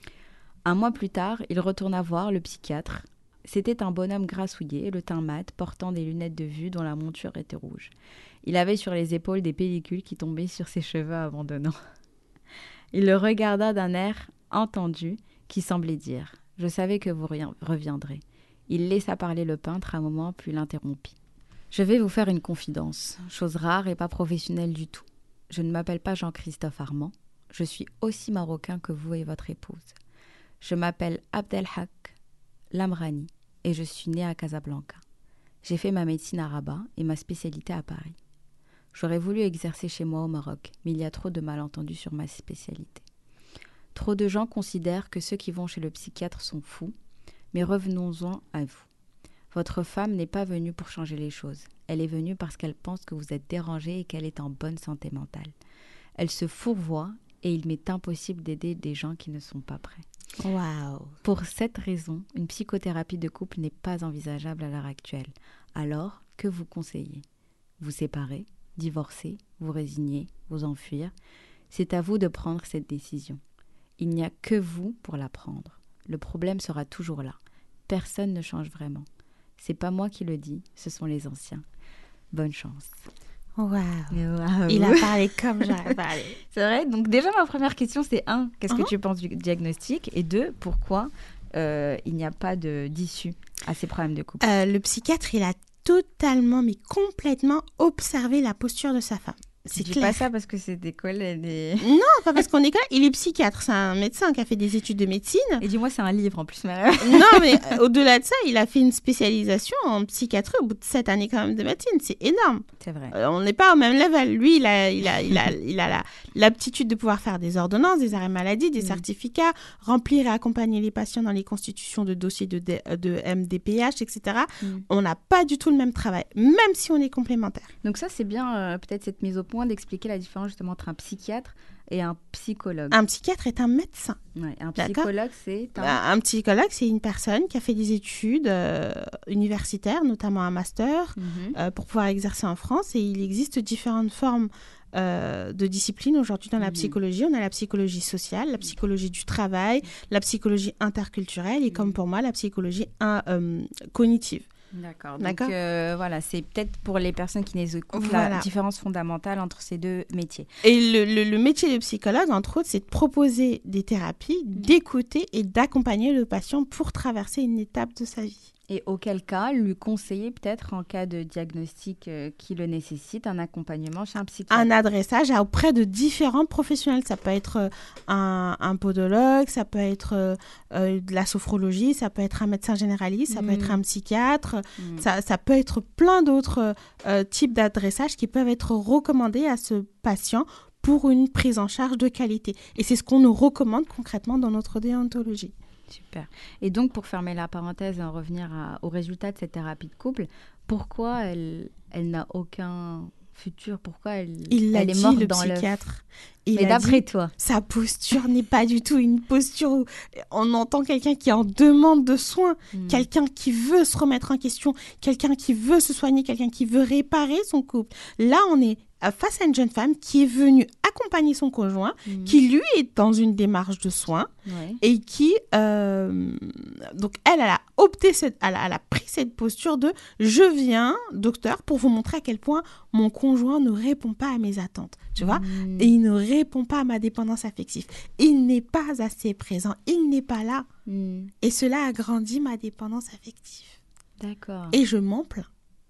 Un mois plus tard, il retourna voir le psychiatre. C'était un bonhomme grassouillet, le teint mat, portant des lunettes de vue dont la monture était rouge. Il avait sur les épaules des pellicules qui tombaient sur ses cheveux abandonnants. Il le regarda d'un air entendu qui semblait dire « Je savais que vous reviendrez ». Il laissa parler le peintre un moment, puis l'interrompit. « Je vais vous faire une confidence, chose rare et pas professionnelle du tout. Je ne m'appelle pas Jean-Christophe Armand. Je suis aussi marocain que vous et votre épouse. Je m'appelle Abdelhak Lamrani et je suis née à Casablanca. J'ai fait ma médecine à Rabat et ma spécialité à Paris. J'aurais voulu exercer chez moi au Maroc, mais il y a trop de malentendus sur ma spécialité. Trop de gens considèrent que ceux qui vont chez le psychiatre sont fous, mais revenons-en à vous. Votre femme n'est pas venue pour changer les choses. Elle est venue parce qu'elle pense que vous êtes dérangé et qu'elle est en bonne santé mentale. Elle se fourvoie et il m'est impossible d'aider des gens qui ne sont pas prêts. Waouh. Pour cette raison, une psychothérapie de couple n'est pas envisageable à l'heure actuelle. Alors, que vous conseillez ? Vous séparer, divorcer, vous résigner, vous enfuir ? C'est à vous de prendre cette décision. Il n'y a que vous pour la prendre. Le problème sera toujours là. Personne ne change vraiment. C'est pas moi qui le dis, ce sont les anciens. Bonne chance. Waouh. Wow. Il a parlé comme j'aurais parlé. C'est vrai. Donc déjà, ma première question, c'est 1, qu'est-ce que tu penses du diagnostic ? Et 2, pourquoi il n'y a pas d'issue à ces problèmes de couple ? Le psychiatre, il a totalement, mais complètement observé la posture de sa femme. C'est dis clair. Pas ça parce que c'est des collègues. Non, pas parce qu'on est collègues. Il est psychiatre. C'est un médecin qui a fait des études de médecine. Et dis-moi, c'est un livre en plus. Non, mais au-delà de ça, il a fait une spécialisation en psychiatrie au bout de 7 années quand même de médecine. C'est énorme. C'est vrai. On n'est pas au même level. Lui, il a l'aptitude de pouvoir faire des ordonnances, des arrêts maladie, des certificats, remplir et accompagner les patients dans les constitutions de dossiers de MDPH, etc. On n'a pas du tout le même travail, même si on est complémentaires. Donc ça, c'est bien peut-être cette mise au point d'expliquer la différence justement entre un psychiatre et un psychologue. Un psychiatre est un médecin. Ouais, un psychologue, c'est un psychologue, c'est une personne qui a fait des études universitaires, notamment un master, pour pouvoir exercer en France. Et il existe différentes formes de disciplines aujourd'hui dans la psychologie. On a la psychologie sociale, la psychologie du travail, la psychologie interculturelle et comme pour moi, la psychologie cognitive. D'accord. Donc voilà, c'est peut-être pour les personnes qui nous écoutent la différence fondamentale entre ces deux métiers. Et le métier de psychologue, entre autres, c'est de proposer des thérapies, d'écouter et d'accompagner le patient pour traverser une étape de sa vie. Et auquel cas, lui conseiller peut-être en cas de diagnostic qui le nécessite, un accompagnement chez un psychiatre. Un adressage auprès de différents professionnels. Ça peut être un podologue, ça peut être de la sophrologie, ça peut être un médecin généraliste, ça peut être un psychiatre, ça peut être plein d'autres types d'adressages qui peuvent être recommandés à ce patient pour une prise en charge de qualité. Et c'est ce qu'on nous recommande concrètement dans notre déontologie. Super. Et donc, pour fermer la parenthèse et en revenir au résultat de cette thérapie de couple, pourquoi elle n'a aucun futur ? Pourquoi elle est morte dans le psychiatre. Mais d'après toi, sa posture n'est pas du tout une posture où on entend quelqu'un qui est en demande de soins, quelqu'un qui veut se remettre en question, quelqu'un qui veut se soigner, quelqu'un qui veut réparer son couple. Là, on est face à une jeune femme qui est venue accompagner son conjoint, qui lui est dans une démarche de soins et qui, donc elle a opté, elle a pris cette posture de « je viens, docteur, pour vous montrer à quel point mon conjoint ne répond pas à mes attentes ». Tu vois, et il ne répond pas à ma dépendance affective. Il n'est pas assez présent, il n'est pas là. Et cela agrandit ma dépendance affective. D'accord. Et je m'en plains.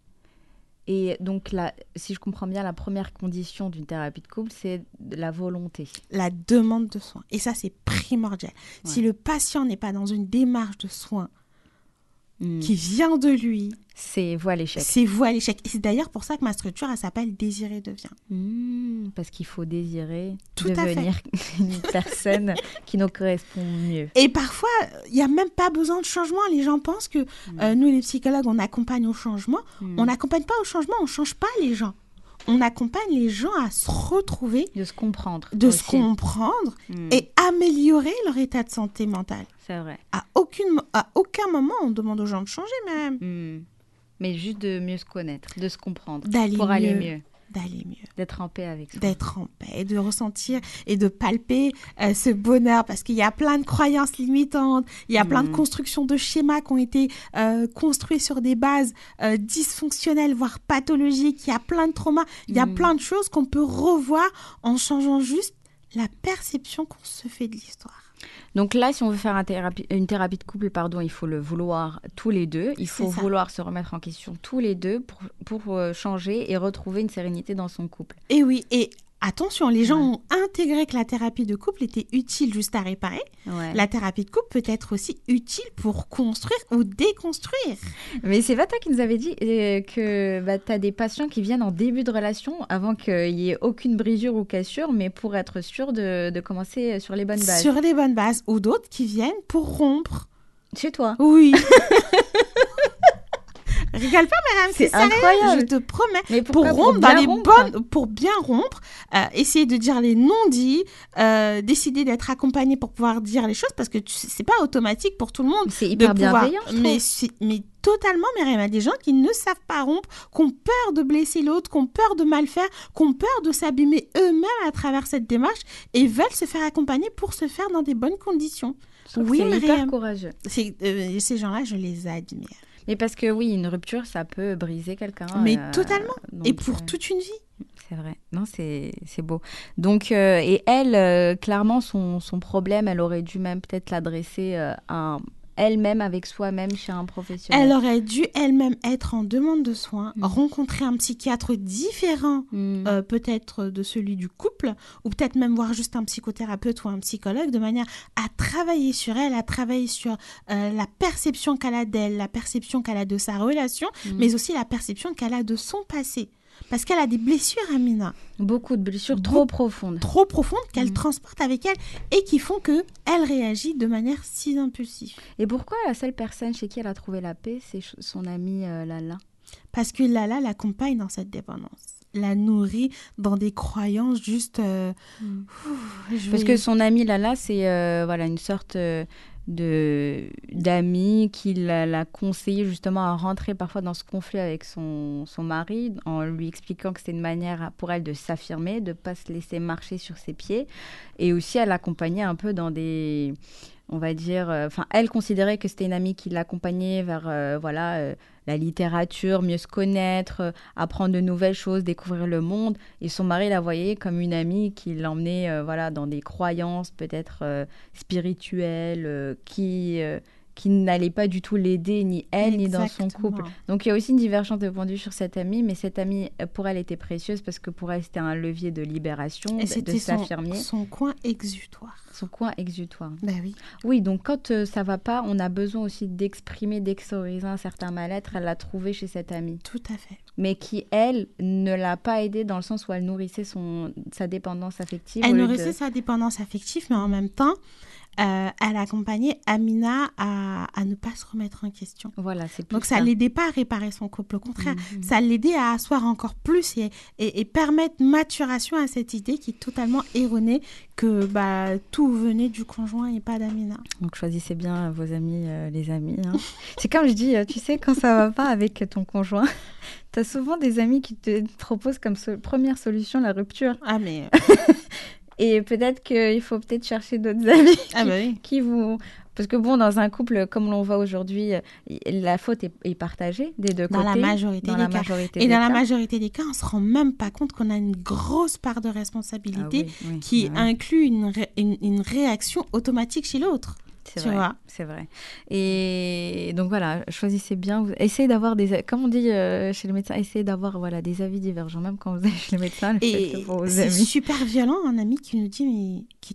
Et donc, si je comprends bien, la première condition d'une thérapie de couple, c'est la volonté. La demande de soins. Et ça, c'est primordial. Ouais. Si le patient n'est pas dans une démarche de soins qui vient de lui, c'est voué à l'échec. C'est voué à l'échec. Et c'est d'ailleurs pour ça que ma structure, elle s'appelle Désirer devient. Parce qu'il faut désirer Tout à devenir une personne qui nous correspond mieux. Et parfois, il n'y a même pas besoin de changement. Les gens pensent que nous, les psychologues, on accompagne au changement. On n'accompagne pas au changement, on ne change pas les gens. On accompagne les gens à se retrouver. De se comprendre. Se comprendre et améliorer leur état de santé mentale. C'est vrai. À aucun moment, on demande aux gens de changer même. Mais juste de mieux se connaître, de se comprendre. Aller mieux. D'être en paix avec soi. D'être en paix, de ressentir et de palper ce bonheur. Parce qu'il y a plein de croyances limitantes, il y a plein de constructions de schémas qui ont été construits sur des bases dysfonctionnelles, voire pathologiques. Il y a plein de traumas, il y a plein de choses qu'on peut revoir en changeant juste la perception qu'on se fait de l'histoire. Donc là, si on veut faire une thérapie de couple, il faut le vouloir tous les deux. Il faut vouloir se remettre en question tous les deux pour changer et retrouver une sérénité dans son couple. Et oui, et attention, les gens ont intégré que la thérapie de couple était utile juste à réparer. Ouais. La thérapie de couple peut être aussi utile pour construire ou déconstruire. Mais c'est pas toi qui nous avais dit que tu as des patients qui viennent en début de relation avant qu'il n'y ait aucune brisure ou cassure, mais pour être sûr de commencer sur les bonnes bases. Sur les bonnes bases, ou d'autres qui viennent pour rompre. Chez toi. Oui. Rigole pas, madame, c'est incroyable. Je te promets. Mais pour rompre pour bien rompre, essayer de dire les non-dits, décider d'être accompagné pour pouvoir dire les choses, parce que c'est pas automatique pour tout le monde. C'est hyper bienveillant. Mais totalement, Myriam, il y a des gens qui ne savent pas rompre, qui ont peur de blesser l'autre, qui ont peur de mal faire, qui ont peur de s'abîmer eux-mêmes à travers cette démarche et veulent se faire accompagner pour se faire dans des bonnes conditions. Oui, c'est hyper courageux. Ces gens-là, je les admire. Mais parce que oui, une rupture, ça peut briser quelqu'un. Mais totalement. Donc, et pour toute une vie. C'est vrai. Non, c'est beau. Donc, et elle, clairement, son problème, elle aurait dû même peut-être l'adresser elle-même avec soi-même chez un professionnel. Elle aurait dû elle-même être en demande de soins, rencontrer un psychiatre différent peut-être de celui du couple, ou peut-être même voir juste un psychothérapeute ou un psychologue, de manière à travailler sur elle, à travailler sur la perception qu'elle a d'elle, la perception qu'elle a de sa relation, mais aussi la perception qu'elle a de son passé. Parce qu'elle a des blessures, Amina. Beaucoup de blessures trop profondes. Trop profondes qu'elle transporte avec elle et qui font qu'elle réagit de manière si impulsive. Et pourquoi la seule personne chez qui elle a trouvé la paix, c'est son amie Lala ? Parce que Lala l'accompagne dans cette dépendance. La nourrit dans des croyances juste... Parce que son amie Lala, c'est une sorte... d'amis qui l'a conseillé justement à rentrer parfois dans ce conflit avec son mari en lui expliquant que c'était une manière pour elle de s'affirmer, de ne pas se laisser marcher sur ses pieds, et aussi à l'accompagner un peu dans des... on va dire... elle considérait que c'était une amie qui l'accompagnait vers la littérature, mieux se connaître, apprendre de nouvelles choses, découvrir le monde. Et son mari la voyait comme une amie qui l'emmenait dans des croyances peut-être spirituelles qui n'allait pas du tout l'aider, ni elle, ni dans son couple. Donc, il y a aussi une divergence de point de vue sur cette amie, mais cette amie, pour elle, était précieuse parce que pour elle, c'était un levier de libération, de s'affirmer. Son coin exutoire. Son coin exutoire. Ben oui. Oui, donc quand ça va pas, on a besoin aussi d'exprimer, d'extérioriser un certain mal-être. Elle l'a trouvé chez cette amie. Tout à fait. Mais qui, elle, ne l'a pas aidée dans le sens où elle nourrissait sa dépendance affective. Elle nourrissait sa dépendance affective, mais en même temps, elle accompagnait Amina à ne pas se remettre en question. Voilà, c'est plus donc ça l'aidait pas à réparer son couple, au contraire, ça l'aidait à asseoir encore plus et permettre maturation à cette idée qui est totalement erronée que tout venait du conjoint et pas d'Amina. Donc choisissez bien vos amis, les amis. Hein. C'est comme je dis, tu sais, quand ça va pas avec ton conjoint, tu as souvent des amis qui te proposent comme première solution la rupture. Ah mais... Et peut-être qu'il faut chercher d'autres amis qui vous... Parce que bon, dans un couple, comme l'on voit aujourd'hui, la faute est partagée des deux côtés. Dans la majorité des cas. Et dans la majorité des cas, on ne se rend même pas compte qu'on a une grosse part de responsabilité qui inclut une réaction automatique chez l'autre. C'est vrai. Et donc voilà, choisissez bien. Essayez d'avoir comme on dit chez le médecin, essayez d'avoir des avis divergents. Même quand vous allez chez le médecin, et pour vos c'est amis. super violent, un ami qui nous dit mais quitte-le.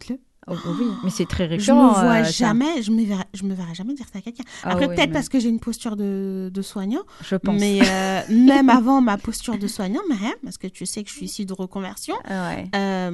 Oui, mais c'est très Je récurrent. me vois ça. jamais, je me verrai jamais dire ça à quelqu'un. Après, Oui, peut-être mais parce que j'ai une posture de soignant, je pense. mais même avant ma posture de soignant, Myriam, parce que tu sais que je suis issue de reconversion, Ouais.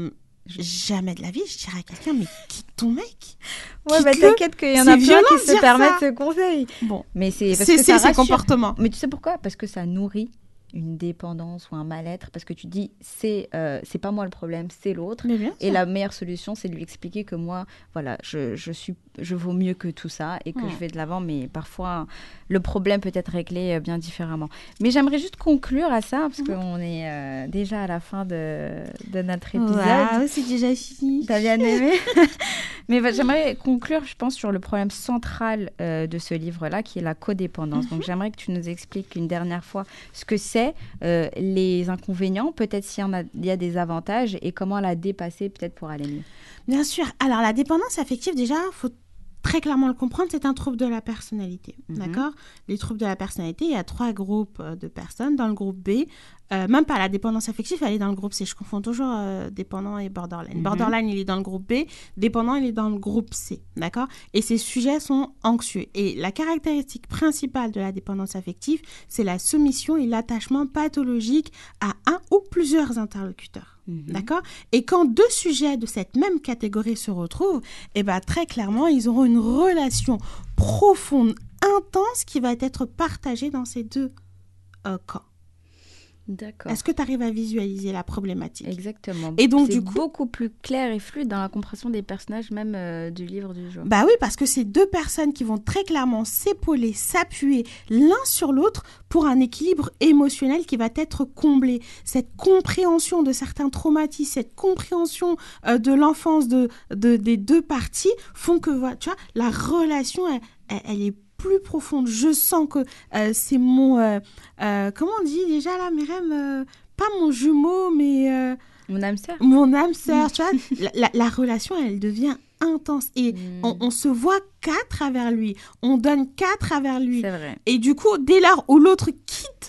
jamais de la vie, je dirais à quelqu'un, mais quitte ton mec. Ouais, bah Quitte-le. t'inquiète qu'il y en C'est a plein violent qui de se dire permettent ça. ce conseil. Bon, Mais c'est parce c'est que ça ces rassure. comportements. Mais tu sais pourquoi? Parce que ça nourrit une dépendance ou un mal-être. Parce que tu dis, c'est pas moi le problème, c'est l'autre. Mais bien Et sûr. la meilleure solution, c'est de lui expliquer que moi, voilà, je vaux mieux que tout ça et que je vais de l'avant. Mais parfois, le problème peut être réglé bien différemment. Mais j'aimerais juste conclure à ça, parce qu'on est déjà à la fin de notre épisode. Waouh, c'est déjà fini. T'as bien aimé? Mais j'aimerais conclure, je pense, sur le problème central de ce livre-là, qui est la codépendance. Donc, j'aimerais que tu nous expliques une dernière fois ce que c'est, les inconvénients, peut-être s'il y a des avantages, et comment la dépasser, peut-être pour aller mieux. Bien sûr. Alors, la dépendance affective, déjà, il faut très clairement le comprendre, c'est un trouble de la personnalité. D'accord? Les troubles de la personnalité, il y a 3 groupes de personnes. Dans le groupe B, même pas la dépendance affective, elle est dans le groupe C. Je confonds toujours dépendant et borderline. Borderline, il est dans le groupe B. Dépendant, il est dans le groupe C. D'accord? Et ces sujets sont anxieux. Et la caractéristique principale de la dépendance affective, c'est la soumission et l'attachement pathologique à un ou plusieurs interlocuteurs. D'accord? Et quand 2 sujets de cette même catégorie se retrouvent, eh ben, très clairement, ils auront une relation profonde, intense, qui va être partagée dans ces 2 cas. D'accord. Est-ce que tu arrives à visualiser la problématique? Exactement. Et donc, c'est du coup, beaucoup plus clair et fluide dans la compréhension des personnages, même du livre du jour. Bah oui, parce que c'est 2 personnes qui vont très clairement s'épauler, s'appuyer l'un sur l'autre pour un équilibre émotionnel qui va être comblé. Cette compréhension de certains traumatismes, cette compréhension de l'enfance des 2 parties font que, tu vois, la relation, elle est plus profonde. Je sens que c'est mon... comment on dit déjà là, Myriam, pas mon jumeau, mais... Mon âme sœur. Mon âme sœur, tu vois, la relation, elle devient intense. Et on se voit qu'à travers lui. On donne qu'à travers lui. C'est vrai. Et du coup, dès lors où l'autre quitte,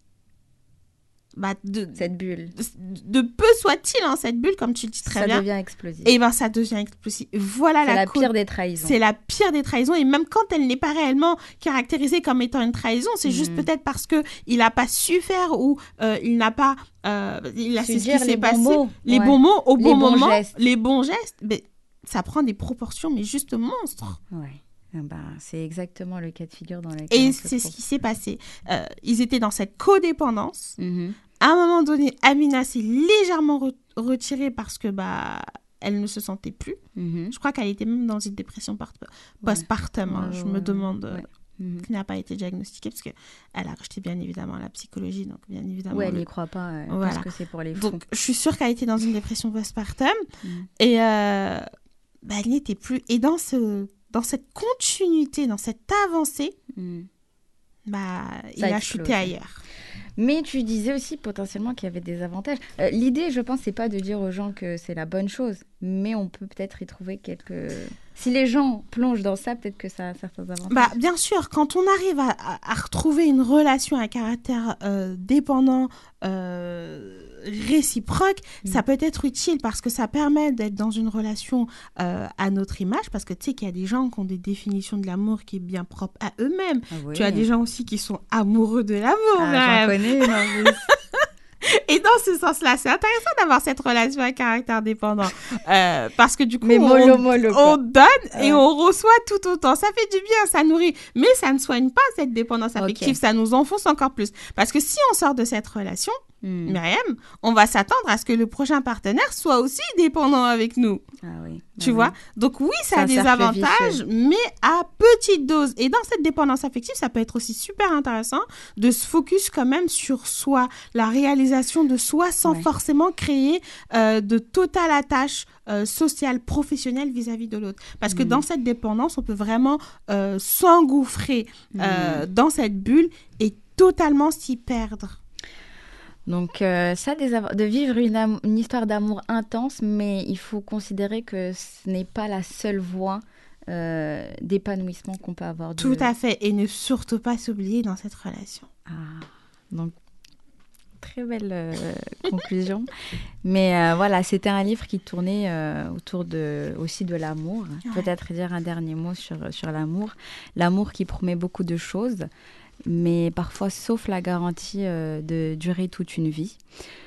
cette bulle. De peu soit-il, cette bulle, comme tu le dis très bien. Ça devient explosif. Et bien, ça devient explosif. Voilà c'est la pire des trahisons. C'est la pire des trahisons. Et même quand elle n'est pas réellement caractérisée comme étant une trahison, c'est juste peut-être parce qu'il n'a pas su faire ou il n'a pas... il a c'est ce qui s'est passé. Les bons mots au bon moment. Les bons gestes. Mais ça prend des proportions, mais juste monstres. Ouais. C'est exactement le cas de figure dans lequel Et c'est ce qui s'est passé. Ils étaient dans cette codépendance. À un moment donné, Amina s'est légèrement retirée parce que elle ne se sentait plus. Je crois qu'elle était même dans une dépression postpartum. Je me demande qui n'a pas été diagnostiquée parce qu'elle a rejeté bien évidemment la psychologie. Donc bien évidemment. Oui, elle n'y croit pas parce que c'est pour les fous. Donc je suis sûre qu'elle était dans une dépression postpartum et elle n'était plus. Et dans cette continuité, dans cette avancée, il a chuté ailleurs. Mais tu disais aussi potentiellement qu'il y avait des avantages. L'idée, je pense, c'est pas de dire aux gens que c'est la bonne chose, mais on peut peut-être y trouver quelques... Si les gens plongent dans ça, peut-être que ça a certains avantages. Bien sûr, quand on arrive à retrouver une relation à caractère dépendant, réciproque, ça peut être utile parce que ça permet d'être dans une relation à notre image, parce que tu sais qu'il y a des gens qui ont des définitions de l'amour qui est bien propre à eux-mêmes. Tu as des gens aussi qui sont amoureux de l'amour. J'en connais une en plus. Et dans ce sens-là, c'est intéressant d'avoir cette relation à caractère dépendant. Parce que du coup, on donne et on reçoit tout autant. Ça fait du bien, ça nourrit. Mais ça ne soigne pas cette dépendance affective. Ça nous enfonce encore plus. Parce que si on sort de cette relation, Myriam, on va s'attendre à ce que le prochain partenaire soit aussi dépendant avec nous. Tu vois? Donc oui, ça a des avantages, mais à petite dose. Et dans cette dépendance affective, ça peut être aussi super intéressant de se focus quand même sur soi, la réalisation de soi sans forcément créer de totale attache sociale, professionnelle vis-à-vis de l'autre. Parce que dans cette dépendance, on peut vraiment s'engouffrer dans cette bulle et totalement s'y perdre. Donc, de vivre une histoire d'amour intense, mais il faut considérer que ce n'est pas la seule voie d'épanouissement qu'on peut avoir. Tout à fait. Et ne surtout pas s'oublier dans cette relation. Donc, très belle conclusion. Mais voilà, c'était un livre qui tournait autour aussi de l'amour. Ouais. Peut-être dire un dernier mot sur l'amour. L'amour qui promet beaucoup de choses, mais parfois sauf la garantie de durer toute une vie. Pourquoi ?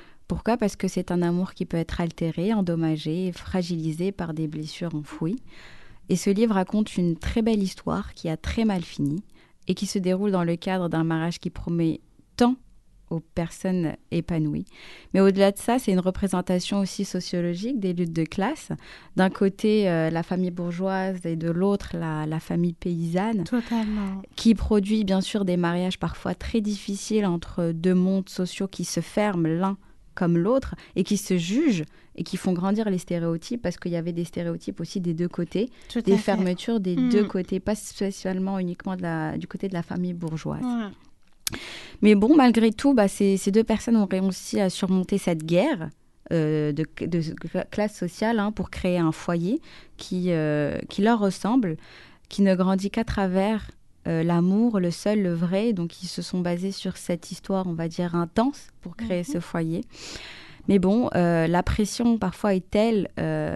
Parce que c'est un amour qui peut être altéré, endommagé et fragilisé par des blessures enfouies. Et ce livre raconte une très belle histoire qui a très mal fini et qui se déroule dans le cadre d'un mariage qui promet tant aux personnes épanouies. Mais au-delà de ça, c'est une représentation aussi sociologique des luttes de classe. D'un côté, la famille bourgeoise et de l'autre, la famille paysanne. Totalement. Qui produit bien sûr des mariages parfois très difficiles entre deux mondes sociaux qui se ferment l'un comme l'autre et qui se jugent et qui font grandir les stéréotypes parce qu'il y avait des stéréotypes aussi des deux côtés, des fermetures des deux côtés, pas spécialement uniquement du côté de la famille bourgeoise. Ouais. Mais bon, malgré tout, ces deux personnes ont réussi à surmonter cette guerre de classe sociale pour créer un foyer qui leur ressemble, qui ne grandit qu'à travers l'amour, le seul, le vrai. Donc, ils se sont basés sur cette histoire, on va dire, intense pour créer ce foyer. Mais bon, la pression parfois est telle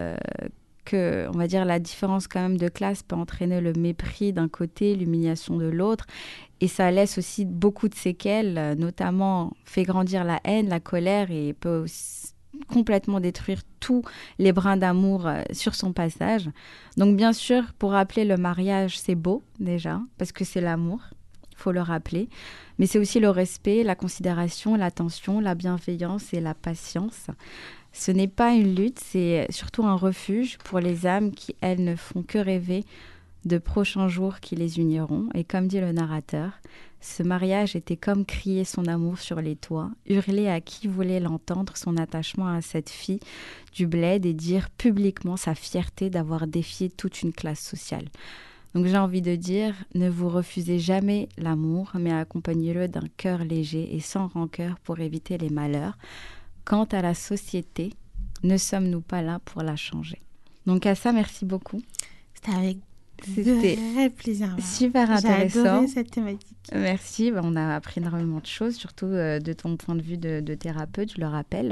que, on va dire, la différence quand même de classe peut entraîner le mépris d'un côté, l'humiliation de l'autre. Et ça laisse aussi beaucoup de séquelles, notamment fait grandir la haine, la colère et peut aussi complètement détruire tous les brins d'amour sur son passage. Donc bien sûr, pour rappeler le mariage, c'est beau déjà, parce que c'est l'amour, il faut le rappeler. Mais c'est aussi le respect, la considération, l'attention, la bienveillance et la patience. Ce n'est pas une lutte, c'est surtout un refuge pour les âmes qui, elles, ne font que rêver de prochains jours qui les uniront. Et comme dit le narrateur, ce mariage était comme crier son amour sur les toits, hurler à qui voulait l'entendre son attachement à cette fille du bled et dire publiquement sa fierté d'avoir défié toute une classe sociale. Donc j'ai envie de dire, ne vous refusez jamais l'amour, mais accompagnez-le d'un cœur léger et sans rancœur pour éviter les malheurs. Quant à la société, ne sommes-nous pas là pour la changer? Donc à ça, merci beaucoup. C'était vrai plaisir. Super intéressant. J'ai adoré cette thématique. Merci. On a appris énormément de choses, surtout de ton point de vue de thérapeute, je le rappelle.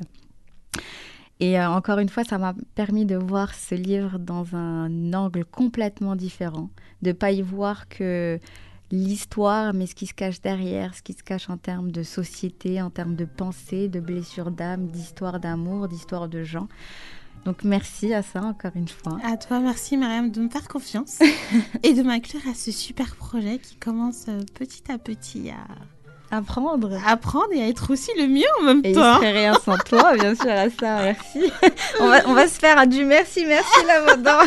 Et encore une fois, ça m'a permis de voir ce livre dans un angle complètement différent, de ne pas y voir que l'histoire, mais ce qui se cache derrière, ce qui se cache en termes de société, en termes de pensée, de blessures d'âme, d'histoire d'amour, d'histoire de gens. Donc merci à ça encore une fois. À toi, merci Mariam de me faire confiance et de m'inclure à ce super projet qui commence petit à petit à apprendre et à être aussi le mien en même temps. Et il serait rien sans toi, bien sûr, à ça, merci. on va se faire du merci là maintenant.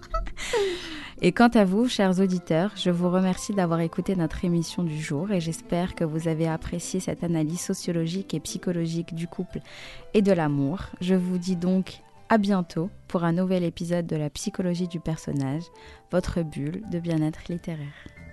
Et quant à vous, chers auditeurs, je vous remercie d'avoir écouté notre émission du jour et j'espère que vous avez apprécié cette analyse sociologique et psychologique du couple et de l'amour. Je vous dis donc à bientôt pour un nouvel épisode de la psychologie du personnage, votre bulle de bien-être littéraire.